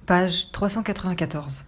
Page 394.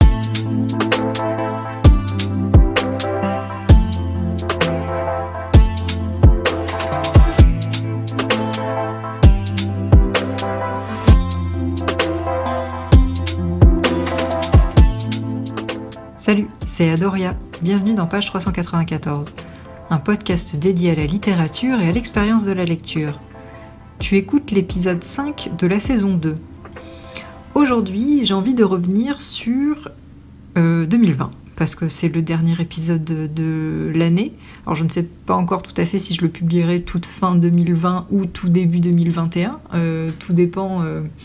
Salut, c'est Adoria. Bienvenue dans Page 394, un podcast dédié à la littérature et à l'expérience de la lecture. Tu écoutes l'épisode 5 de la saison 2. Aujourd'hui, j'ai envie de revenir sur 2020, parce que c'est le dernier épisode de l'année. Alors je ne sais pas encore tout à fait si je le publierai toute fin 2020 ou tout début 2021. Tout dépend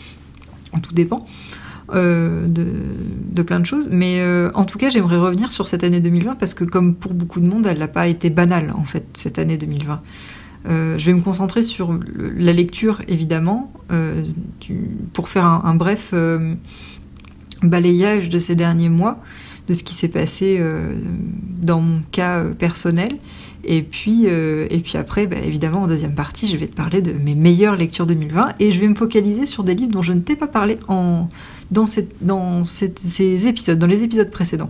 de plein de choses. Mais en tout cas, j'aimerais revenir sur cette année 2020, parce que comme pour beaucoup de monde, elle n'a pas été banale, en fait, cette année 2020. Je vais me concentrer sur la lecture, évidemment, pour faire un bref balayage de ces derniers mois, de ce qui s'est passé dans mon cas personnel. Et puis après, évidemment, en deuxième partie, je vais te parler de mes meilleures lectures 2020, et je vais me focaliser sur des livres dont je ne t'ai pas parlé dans ces épisodes, dans les épisodes précédents.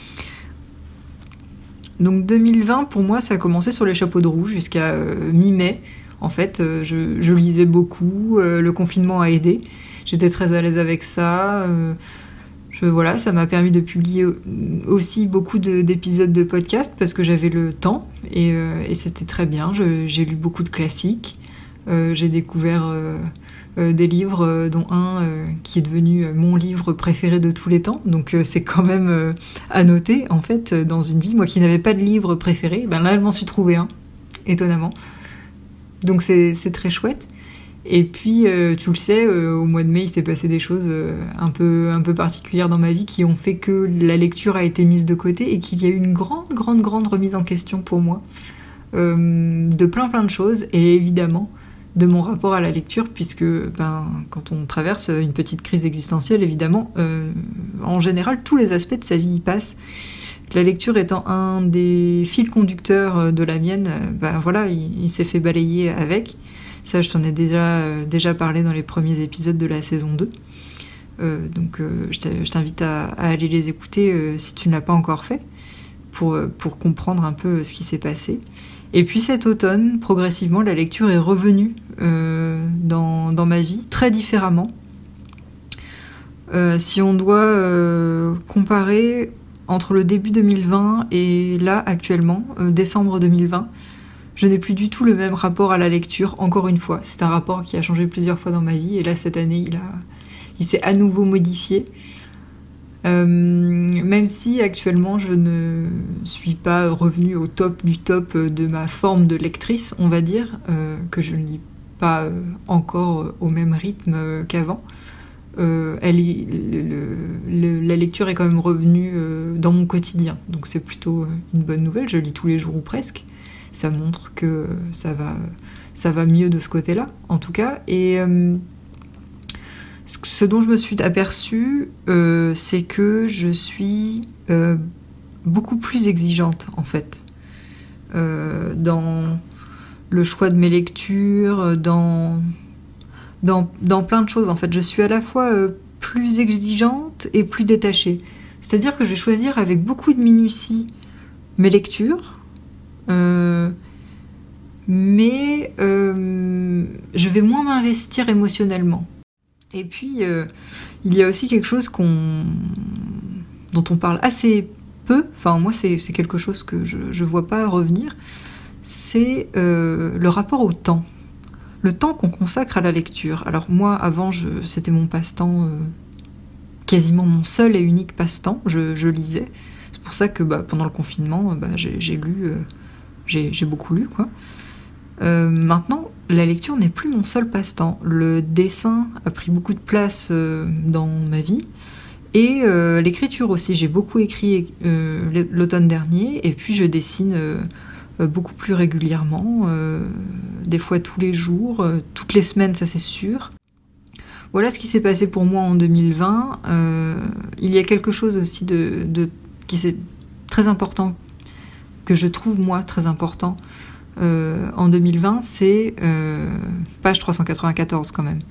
Donc 2020, pour moi, ça a commencé sur les chapeaux de roue jusqu'à mi-mai. En fait, je lisais beaucoup, le confinement a aidé. J'étais très à l'aise avec ça. Ça m'a permis de publier aussi beaucoup d'épisodes de podcast parce que j'avais le temps et c'était très bien. J'ai lu beaucoup de classiques. J'ai découvert des livres, dont un qui est devenu mon livre préféré de tous les temps. Donc c'est quand même à noter, en fait, dans une vie. Moi qui n'avais pas de livre préféré, là je m'en suis trouvé un, étonnamment. Donc c'est très chouette. Et puis, tu le sais, au mois de mai, il s'est passé des choses un peu particulières dans ma vie qui ont fait que la lecture a été mise de côté et qu'il y a eu une grande remise en question pour moi de plein de choses, et évidemment de mon rapport à la lecture, puisque quand on traverse une petite crise existentielle, évidemment, en général, tous les aspects de sa vie y passent. La lecture étant un des fils conducteurs de la mienne, il s'est fait balayer avec. Ça, je t'en ai déjà parlé dans les premiers épisodes de la saison 2. Je t'invite à aller les écouter si tu ne l'as pas encore fait, pour comprendre un peu ce qui s'est passé. Et puis cet automne, progressivement, la lecture est revenue dans ma vie, très différemment. Si on doit comparer entre le début 2020 et là, actuellement, décembre 2020, je n'ai plus du tout le même rapport à la lecture, encore une fois. C'est un rapport qui a changé plusieurs fois dans ma vie, et là, cette année, il s'est à nouveau modifié. Même si actuellement je ne suis pas revenue au top du top de ma forme de lectrice, on va dire, que je ne lis pas encore au même rythme qu'avant. La lecture est quand même revenue dans mon quotidien, donc c'est plutôt une bonne nouvelle. Je lis tous les jours ou presque. Ça montre que ça va mieux de ce côté-là, en tout cas. Et ce dont je me suis aperçue, c'est que je suis beaucoup plus exigeante, en fait, dans le choix de mes lectures, dans plein de choses. En fait, je suis à la fois plus exigeante et plus détachée. C'est-à-dire que je vais choisir avec beaucoup de minutie mes lectures, mais je vais moins m'investir émotionnellement. Et puis, il y a aussi quelque chose dont on parle assez peu, enfin moi c'est quelque chose que je vois pas revenir, c'est le rapport au temps. Le temps qu'on consacre à la lecture. Alors moi, avant, c'était mon passe-temps, quasiment mon seul et unique passe-temps, je lisais. C'est pour ça que pendant le confinement, j'ai lu, j'ai beaucoup lu, quoi. Maintenant, la lecture n'est plus mon seul passe-temps. Le dessin a pris beaucoup de place dans ma vie, et l'écriture aussi. J'ai beaucoup écrit l'automne dernier, et puis je dessine beaucoup plus régulièrement, des fois tous les jours, toutes les semaines, ça c'est sûr. Voilà ce qui s'est passé pour moi en 2020. Il y a quelque chose aussi qui c'est très important, que je trouve moi très important en 2020, c'est page 394 quand même.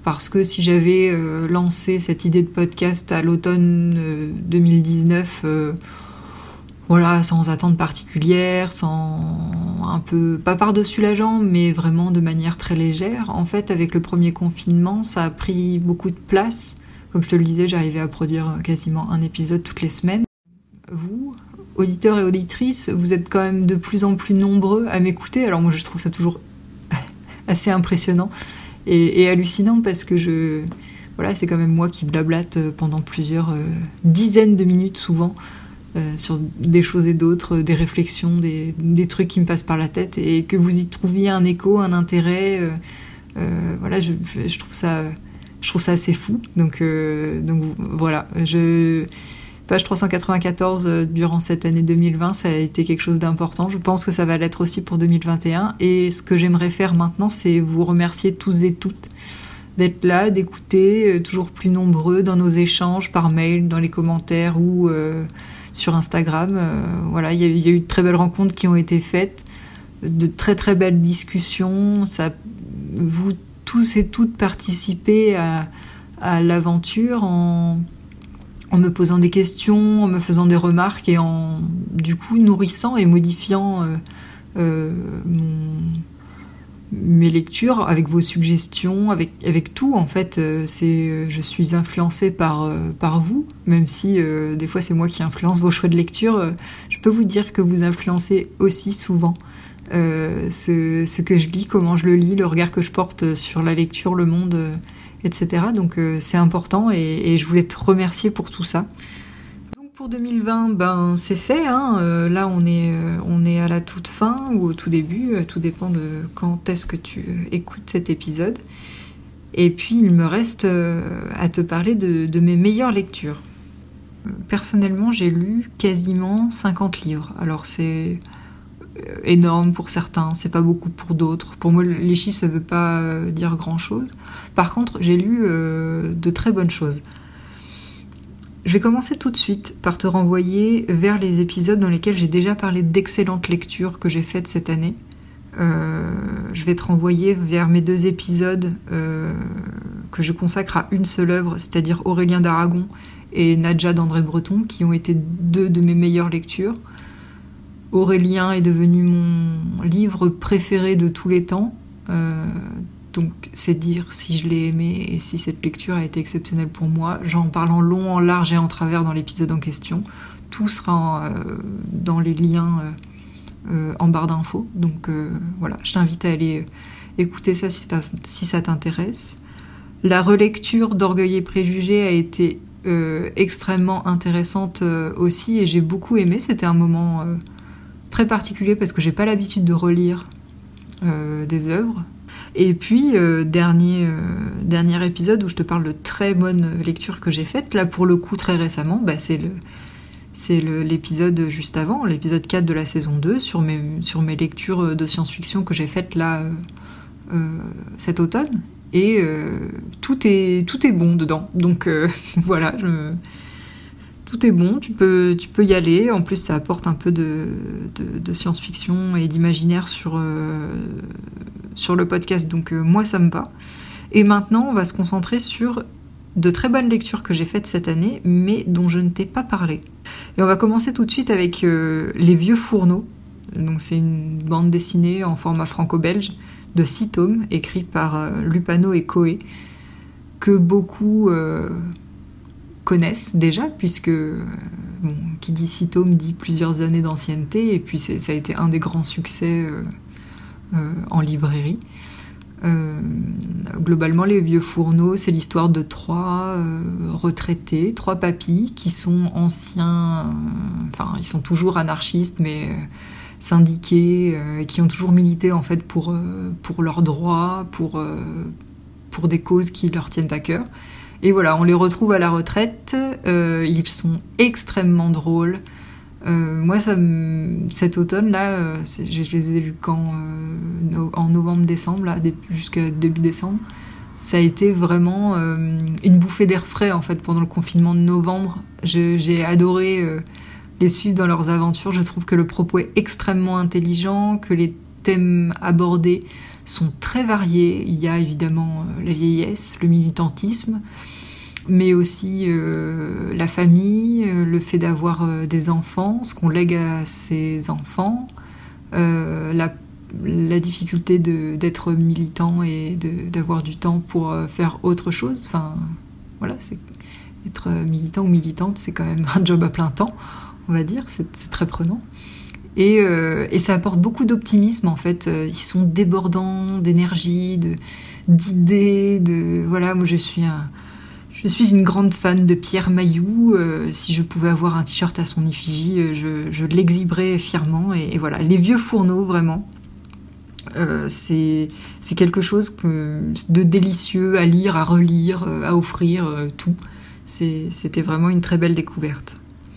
parce que si j'avais lancé cette idée de podcast à l'automne 2019, voilà, sans attente particulière, sans un peu, pas par-dessus la jambe, mais vraiment de manière très légère. En fait, avec le premier confinement, ça a pris beaucoup de place. Comme je te le disais, j'arrivais à produire quasiment un épisode toutes les semaines. Vous, auditeurs et auditrices, vous êtes quand même de plus en plus nombreux à m'écouter. Alors moi, je trouve ça toujours assez impressionnant et hallucinant parce que voilà, c'est quand même moi qui blablate pendant plusieurs dizaines de minutes souvent. Sur des choses et d'autres, des réflexions, des trucs qui me passent par la tête, et que vous y trouviez un écho, un intérêt, voilà, je trouve ça assez fou. Donc voilà, Page 394 durant cette année 2020, ça a été quelque chose d'important. Je pense que ça va l'être aussi pour 2021. Et ce que j'aimerais faire maintenant, c'est vous remercier tous et toutes d'être là, d'écouter, toujours plus nombreux dans nos échanges par mail, dans les commentaires ou sur Instagram. Voilà, il y a eu de très belles rencontres qui ont été faites, de très très belles discussions. Vous tous et toutes participez à l'aventure en me posant des questions, en me faisant des remarques et en du coup nourrissant et modifiant mes lectures avec vos suggestions, avec tout en fait. Je suis influencée par vous, même si des fois c'est moi qui influence vos choix de lecture. Je peux vous dire que vous influencez aussi souvent ce que je lis, comment je le lis, le regard que je porte sur la lecture, le monde, etc. Donc c'est important et je voulais te remercier pour tout ça. Pour 2020, c'est fait, hein. Là on est à la toute fin ou au tout début, tout dépend de quand est-ce que tu écoutes cet épisode. Et puis il me reste à te parler de mes meilleures lectures. Personnellement, j'ai lu quasiment 50 livres. Alors c'est énorme pour certains, c'est pas beaucoup pour d'autres. Pour moi, les chiffres, ça veut pas dire grand-chose. Par contre, j'ai lu de très bonnes choses. Je vais commencer tout de suite par te renvoyer vers les épisodes dans lesquels j'ai déjà parlé d'excellentes lectures que j'ai faites cette année. Je vais te renvoyer vers mes 2 épisodes que je consacre à une seule œuvre, c'est-à-dire Aurélien d'Aragon et Nadja d'André Breton, qui ont été 2 de mes meilleures lectures. Aurélien est devenu mon livre préféré de tous les temps. Donc c'est dire si je l'ai aimé et si cette lecture a été exceptionnelle pour moi. J'en parle en long, en large et en travers dans l'épisode en question. Tout sera dans les liens en barre d'infos. Donc voilà, je t'invite à aller écouter ça si ça t'intéresse. La relecture d'Orgueil et Préjugés a été extrêmement intéressante aussi et j'ai beaucoup aimé. C'était un moment très particulier parce que j'ai pas l'habitude de relire des œuvres. Et puis, dernier épisode où je te parle de très bonnes lectures que j'ai faites, là pour le coup très récemment, c'est l'épisode juste avant, l'épisode 4 de la saison 2, sur mes lectures de science-fiction que j'ai faites là cet automne. Et tout est bon dedans. Donc voilà, tout est bon, tu peux y aller. En plus, ça apporte un peu de science-fiction et d'imaginaire sur le podcast, donc moi ça me va. Et maintenant, on va se concentrer sur de très bonnes lectures que j'ai faites cette année, mais dont je ne t'ai pas parlé. Et on va commencer tout de suite avec Les Vieux Fourneaux. Donc c'est une bande dessinée en format franco-belge de 6 tomes, écrit par Lupano et Coé, que beaucoup connaissent déjà, puisque qui dit 6 tomes dit plusieurs années d'ancienneté, et puis ça a été un des grands succès en librairie. Globalement, Les Vieux Fourneaux, c'est l'histoire de 3 retraités, 3 papys qui sont anciens, ils sont toujours anarchistes, mais syndiqués, qui ont toujours milité en fait pour leurs droits, pour des causes qui leur tiennent à cœur. Et voilà, on les retrouve à la retraite. Ils sont extrêmement drôles. Moi, cet automne-là, je les ai lus en novembre-décembre, là, jusqu'à début décembre. Ça a été vraiment une bouffée d'air frais, en fait, pendant le confinement de novembre. J'ai adoré les suivre dans leurs aventures. Je trouve que le propos est extrêmement intelligent, que les thèmes abordés sont très variés. Il y a évidemment la vieillesse, le militantisme, mais aussi la famille, le fait d'avoir des enfants, ce qu'on lègue à ses enfants, la difficulté d'être militant et d'avoir du temps pour faire autre chose. Enfin, voilà, être militant ou militante, c'est quand même un job à plein temps, on va dire, c'est très prenant. Et ça apporte beaucoup d'optimisme, en fait. Ils sont débordants d'énergie, d'idées, voilà, moi je suis une grande fan de Pierre Mailloux. Si je pouvais avoir un t-shirt à son effigie, je l'exhiberais fièrement. Et voilà, les vieux fourneaux, vraiment, c'est quelque chose de délicieux à lire, à relire, à offrir, tout. C'était vraiment une très belle découverte.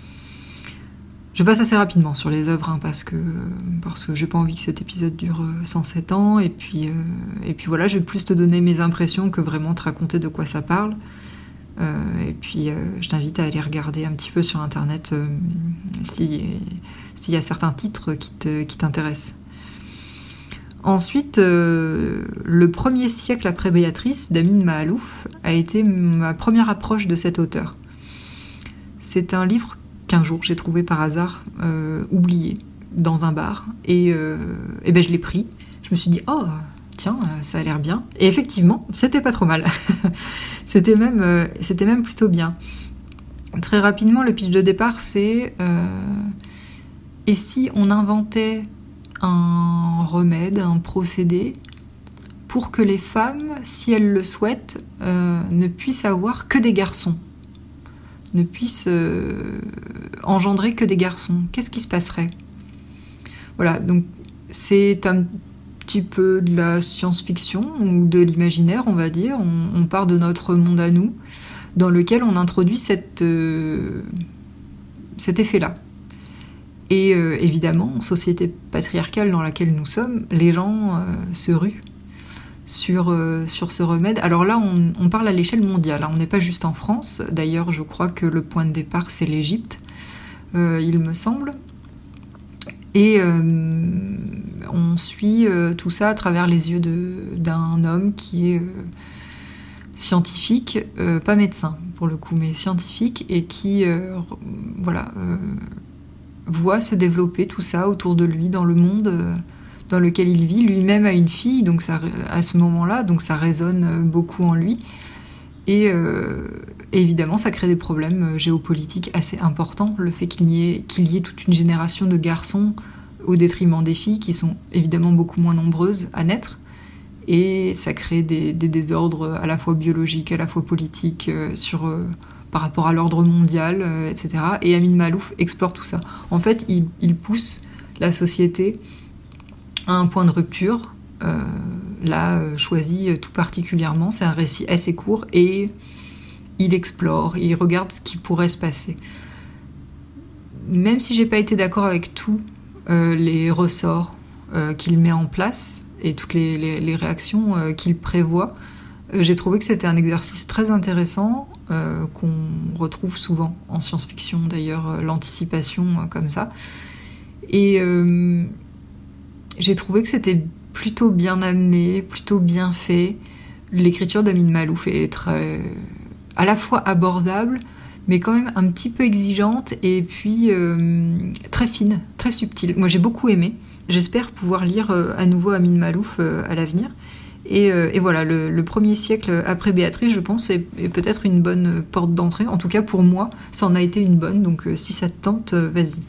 Je passe assez rapidement sur les œuvres, parce que j'ai pas envie que cet épisode dure 107 ans. Et puis voilà, je vais plus te donner mes impressions que vraiment te raconter de quoi ça parle. Et puis je t'invite à aller regarder un petit peu sur internet s'il y a certains titres qui t'intéressent. Ensuite, le premier siècle après Béatrice d'Amin Maalouf a été ma première approche de cet auteur. C'est un livre qu'un jour j'ai trouvé par hasard oublié dans un bar et je l'ai pris. Je me suis dit oh tiens, ça a l'air bien. Et effectivement, c'était pas trop mal. c'était même plutôt bien. Très rapidement, le pitch de départ, c'est et si on inventait un remède, un procédé pour que les femmes, si elles le souhaitent, ne puissent avoir que des garçons, ne puissent engendrer que des garçons. Qu'est-ce qui se passerait ? Voilà, donc c'est un petit peu de la science-fiction ou de l'imaginaire, on va dire. On part de notre monde à nous, dans lequel on introduit cet effet-là. Et évidemment, en société patriarcale dans laquelle nous sommes, les gens se ruent sur ce remède. Alors là, on parle à l'échelle mondiale, on n'est pas juste en France. D'ailleurs, je crois que le point de départ, c'est l'Égypte, il me semble. Et on suit tout ça à travers les yeux d'un homme qui est scientifique, pas médecin pour le coup, mais scientifique, et qui voit se développer tout ça autour de lui dans le monde dans lequel il vit. Lui-même a une fille, donc ça, à ce moment-là, donc ça résonne beaucoup en lui. Et évidemment, ça crée des problèmes géopolitiques assez importants, le fait qu'il y ait toute une génération de garçons au détriment des filles, qui sont évidemment beaucoup moins nombreuses à naître. Et ça crée des désordres à la fois biologiques, à la fois politiques, par rapport à l'ordre mondial, etc. Et Amin Maalouf explore tout ça. En fait, il pousse la société à un point de rupture, choisi tout particulièrement. C'est un récit assez court et il explore, il regarde ce qui pourrait se passer. Même si j'ai pas été d'accord avec tous les ressorts qu'il met en place et toutes les réactions qu'il prévoit, j'ai trouvé que c'était un exercice très intéressant qu'on retrouve souvent en science-fiction, d'ailleurs, l'anticipation comme ça. Et j'ai trouvé que c'était plutôt bien amené, plutôt bien fait. L'écriture d'Amin Maalouf est très, à la fois abordable, mais quand même un petit peu exigeante, et puis très fine, très subtile. Moi, j'ai beaucoup aimé. J'espère pouvoir lire à nouveau Amin Maalouf à l'avenir. Et voilà, le premier siècle après Béatrice, je pense, est peut-être une bonne porte d'entrée. En tout cas, pour moi, ça en a été une bonne. Donc, si ça te tente, vas-y.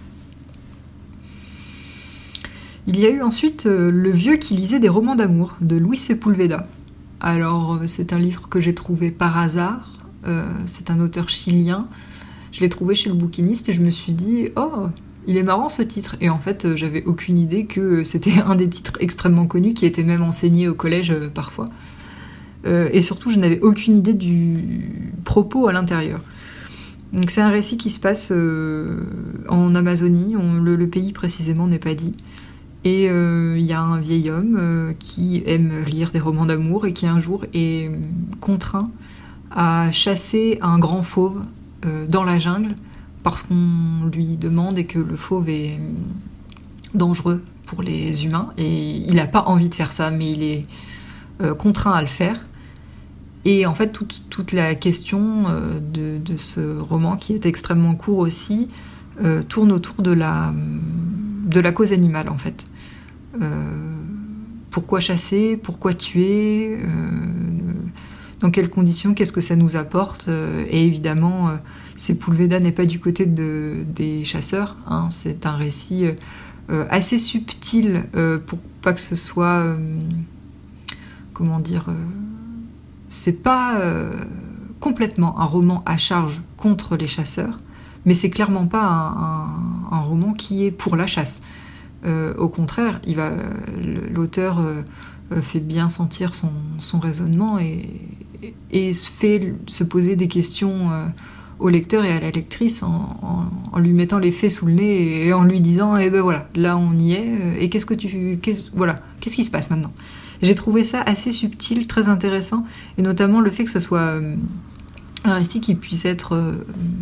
Il y a eu ensuite Le vieux qui lisait des romans d'amour, de Luis Sepúlveda. Alors, c'est un livre que j'ai trouvé par hasard. C'est un auteur chilien. Je l'ai trouvé chez le bouquiniste et je me suis dit « Oh, il est marrant ce titre !» Et en fait, j'avais aucune idée que c'était un des titres extrêmement connus, qui était même enseigné au collège parfois. Et surtout, je n'avais aucune idée du propos à l'intérieur. Donc c'est un récit qui se passe en Amazonie, le pays précisément n'est pas dit. Et il y a un vieil homme qui aime lire des romans d'amour et qui un jour est contraint à chasser un grand fauve dans la jungle parce qu'on lui demande et que le fauve est dangereux pour les humains, et il n'a pas envie de faire ça, mais il est contraint à le faire. Et en fait, toute la question de ce roman, qui est extrêmement court aussi, tourne autour de la cause animale, en fait. Pourquoi chasser ? Pourquoi tuer ? Dans quelles conditions ? Qu'est-ce que ça nous apporte ? Et évidemment, Sepúlveda n'est pas du côté des chasseurs. Hein. C'est un récit assez subtil pour pas que ce soit... comment dire c'est pas complètement un roman à charge contre les chasseurs, mais c'est clairement pas un roman qui est pour la chasse. Au contraire, l'auteur fait bien sentir son raisonnement et fait se poser des questions au lecteur et à la lectrice en lui mettant les faits sous le nez et en lui disant eh ben voilà, là on y est, et qu'est-ce qui se passe maintenant ? J'ai trouvé ça assez subtil, très intéressant, et notamment le fait que ce soit un récit qui puisse être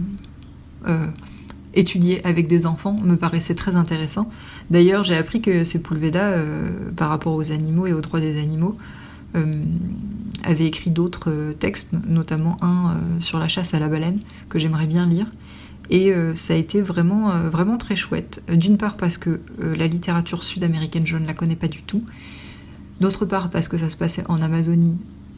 étudié avec des enfants me paraissait très intéressant. D'ailleurs, j'ai appris que Sepúlveda, par rapport aux animaux et aux droits des animaux, avait écrit d'autres textes, notamment un sur la chasse à la baleine, que j'aimerais bien lire. Et ça a été vraiment, vraiment très chouette. D'une part parce que la littérature sud-américaine, je ne la connais pas du tout. D'autre part parce que ça se passait en Amazonie,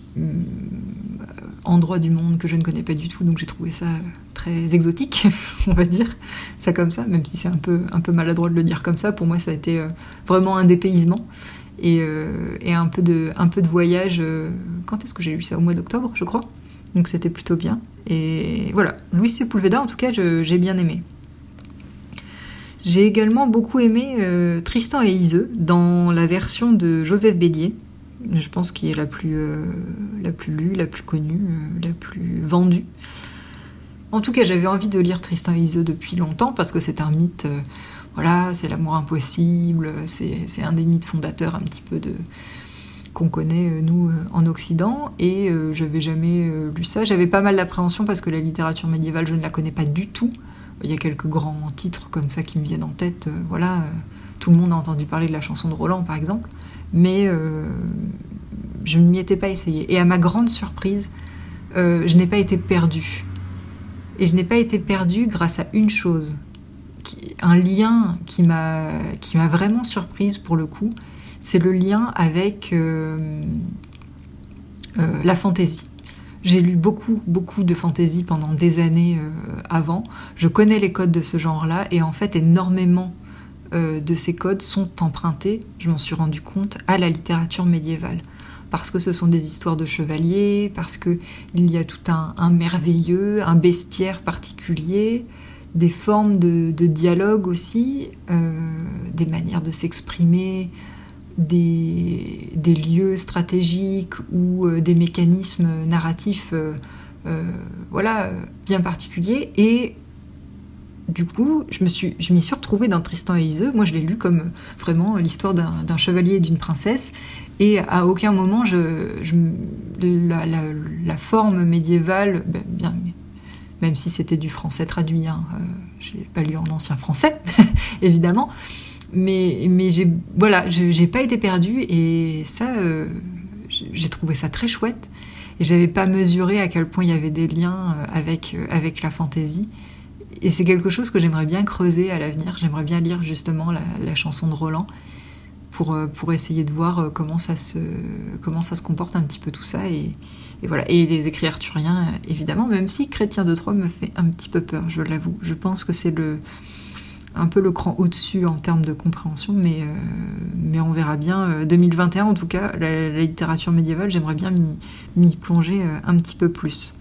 endroit du monde que je ne connais pas du tout, donc j'ai trouvé ça très exotique, on va dire ça comme ça, même si c'est un peu maladroit de le dire comme ça. Pour moi, ça a été vraiment un dépaysement et un peu de voyage. Quand est-ce que j'ai lu ça ? Au mois d'octobre, je crois. Donc c'était plutôt bien. Et voilà, Luis Sepúlveda, en tout cas, j'ai bien aimé. J'ai également beaucoup aimé Tristan et Iseult dans la version de Joseph Bédier. Je pense qu'il est la plus lue, la plus connue, la plus vendue. En tout cas, j'avais envie de lire Tristan et Iseult depuis longtemps parce que c'est un mythe, voilà, c'est l'amour impossible, c'est un des mythes fondateurs un petit peu qu'on connaît, nous, en Occident, et j'avais jamais lu ça. J'avais pas mal d'appréhension parce que la littérature médiévale, je ne la connais pas du tout. Il y a quelques grands titres comme ça qui me viennent en tête. Tout le monde a entendu parler de la chanson de Roland, par exemple. Mais je ne m'y étais pas essayée. Et à ma grande surprise, je n'ai pas été perdue. Et je n'ai pas été perdue grâce à une chose. Un lien qui m'a vraiment surprise pour le coup. C'est le lien avec la fantaisie. J'ai lu beaucoup de fantaisie pendant des années avant. Je connais les codes de ce genre-là et en fait énormément de ces codes sont empruntés, je m'en suis rendu compte, à la littérature médiévale. Parce que ce sont des histoires de chevaliers, parce qu'il y a tout un merveilleux, un bestiaire particulier, des formes de dialogue aussi, des manières de s'exprimer, des lieux stratégiques ou des mécanismes narratifs bien particuliers. Et du coup, je m'y suis retrouvée dans Tristan et Iseult. Moi, je l'ai lu comme vraiment l'histoire d'un chevalier et d'une princesse. Et à aucun moment, la forme médiévale, bien, même si c'était du français traduit, je l'ai pas lu en ancien français, évidemment. Mais j'ai pas été perdue et ça, j'ai trouvé ça très chouette. Et j'avais pas mesuré à quel point il y avait des liens avec la fantaisie. Et c'est quelque chose que j'aimerais bien creuser à l'avenir. J'aimerais bien lire justement la chanson de Roland pour essayer de voir comment ça se comporte un petit peu tout ça. Et voilà. Et les écrits arthuriens, évidemment, même si Chrétien de Troyes me fait un petit peu peur, je l'avoue. Je pense que c'est un peu le cran au-dessus en termes de compréhension, mais on verra bien. 2021, en tout cas, la littérature médiévale, j'aimerais bien m'y plonger un petit peu plus.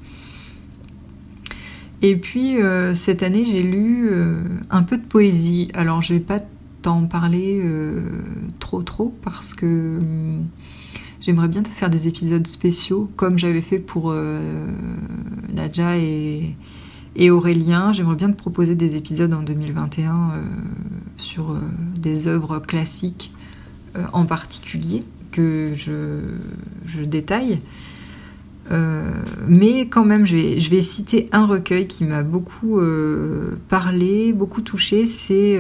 Et puis, cette année, j'ai lu un peu de poésie. Alors, je vais pas t'en parler trop, parce que j'aimerais bien te faire des épisodes spéciaux, comme j'avais fait pour Nadja et Aurélien. J'aimerais bien te proposer des épisodes en 2021 sur des œuvres classiques en particulier que je détaille. Mais quand même, je vais citer un recueil qui m'a beaucoup parlé, beaucoup touché, c'est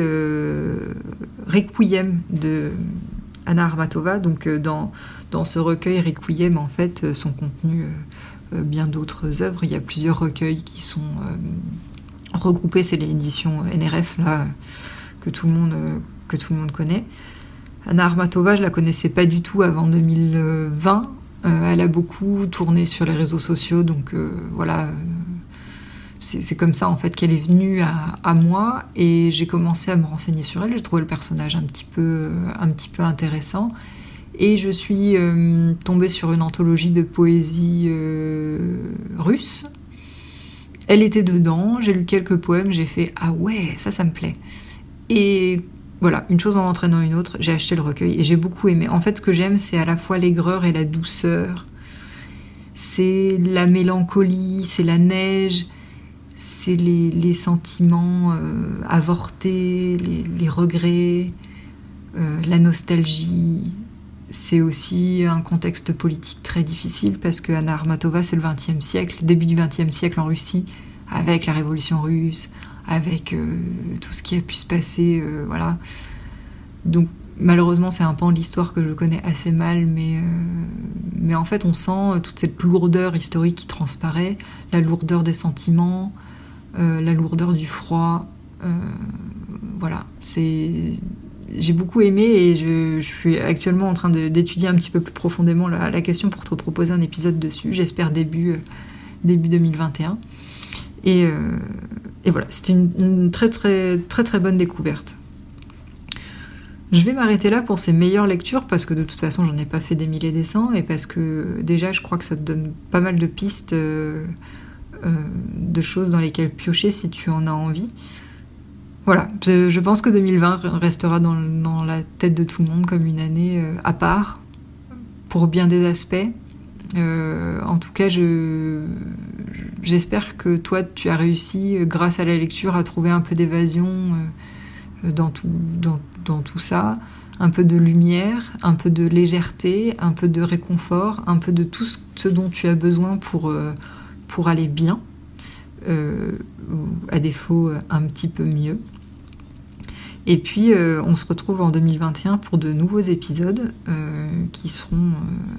Requiem de Anna Armatova. Donc dans ce recueil Requiem, en fait, sont contenus bien d'autres œuvres. Il y a plusieurs recueils qui sont regroupés. C'est l'édition NRF là que tout le monde connaît. Anna Armatova, je la connaissais pas du tout avant 2020. Elle a beaucoup tourné sur les réseaux sociaux, donc voilà, c'est comme ça en fait qu'elle est venue à moi, et j'ai commencé à me renseigner sur elle. J'ai trouvé le personnage un petit peu intéressant, et je suis tombée sur une anthologie de poésie russe. Elle était dedans, j'ai lu quelques poèmes, j'ai fait ah ouais, ça me plaît. Et voilà, une chose en entraînant une autre, j'ai acheté le recueil et j'ai beaucoup aimé. En fait, ce que j'aime, c'est à la fois l'aigreur et la douceur. C'est la mélancolie, c'est la neige, c'est les sentiments avortés, les regrets, la nostalgie. C'est aussi un contexte politique très difficile parce que Anna Armatova, c'est le XXe siècle, début du XXe siècle en Russie, avec la révolution russe, avec tout ce qui a pu se passer, voilà. Donc malheureusement c'est un pan de l'histoire que je connais assez mal, mais en fait on sent toute cette lourdeur historique qui transparaît, la lourdeur des sentiments, la lourdeur du froid, voilà. J'ai beaucoup aimé, et je suis actuellement en train d'étudier un petit peu plus profondément la question pour te proposer un épisode dessus, j'espère début 2021. Et voilà, c'était une très très très très bonne découverte. Je vais m'arrêter là pour ces meilleures lectures, parce que de toute façon j'en ai pas fait des milliers et des cents, et parce que déjà je crois que ça te donne pas mal de pistes de choses dans lesquelles piocher si tu en as envie. Voilà, je pense que 2020 restera dans la tête de tout le monde comme une année à part, pour bien des aspects. En tout cas, j'espère que toi, tu as réussi, grâce à la lecture, à trouver un peu d'évasion dans tout ça, un peu de lumière, un peu de légèreté, un peu de réconfort, un peu de tout ce dont tu as besoin pour aller bien, à défaut un petit peu mieux. Et puis, on se retrouve en 2021 pour de nouveaux épisodes qui seront...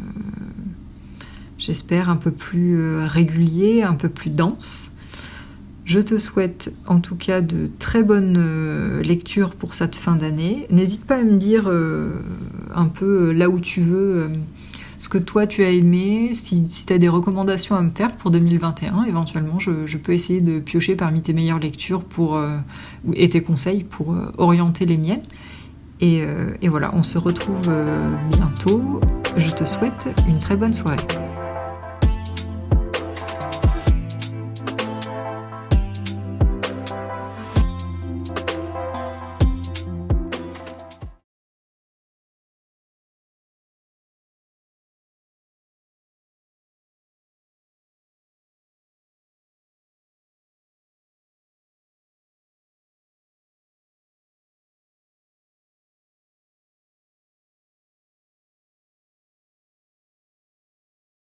j'espère un peu plus régulier, un peu plus dense. Je te souhaite en tout cas de très bonnes lectures pour cette fin d'année. N'hésite pas à me dire un peu là où tu veux ce que toi tu as aimé, si tu as des recommandations à me faire pour 2021. Éventuellement, je peux essayer de piocher parmi tes meilleures lectures et tes conseils pour orienter les miennes. Et voilà, on se retrouve bientôt. Je te souhaite une très bonne soirée.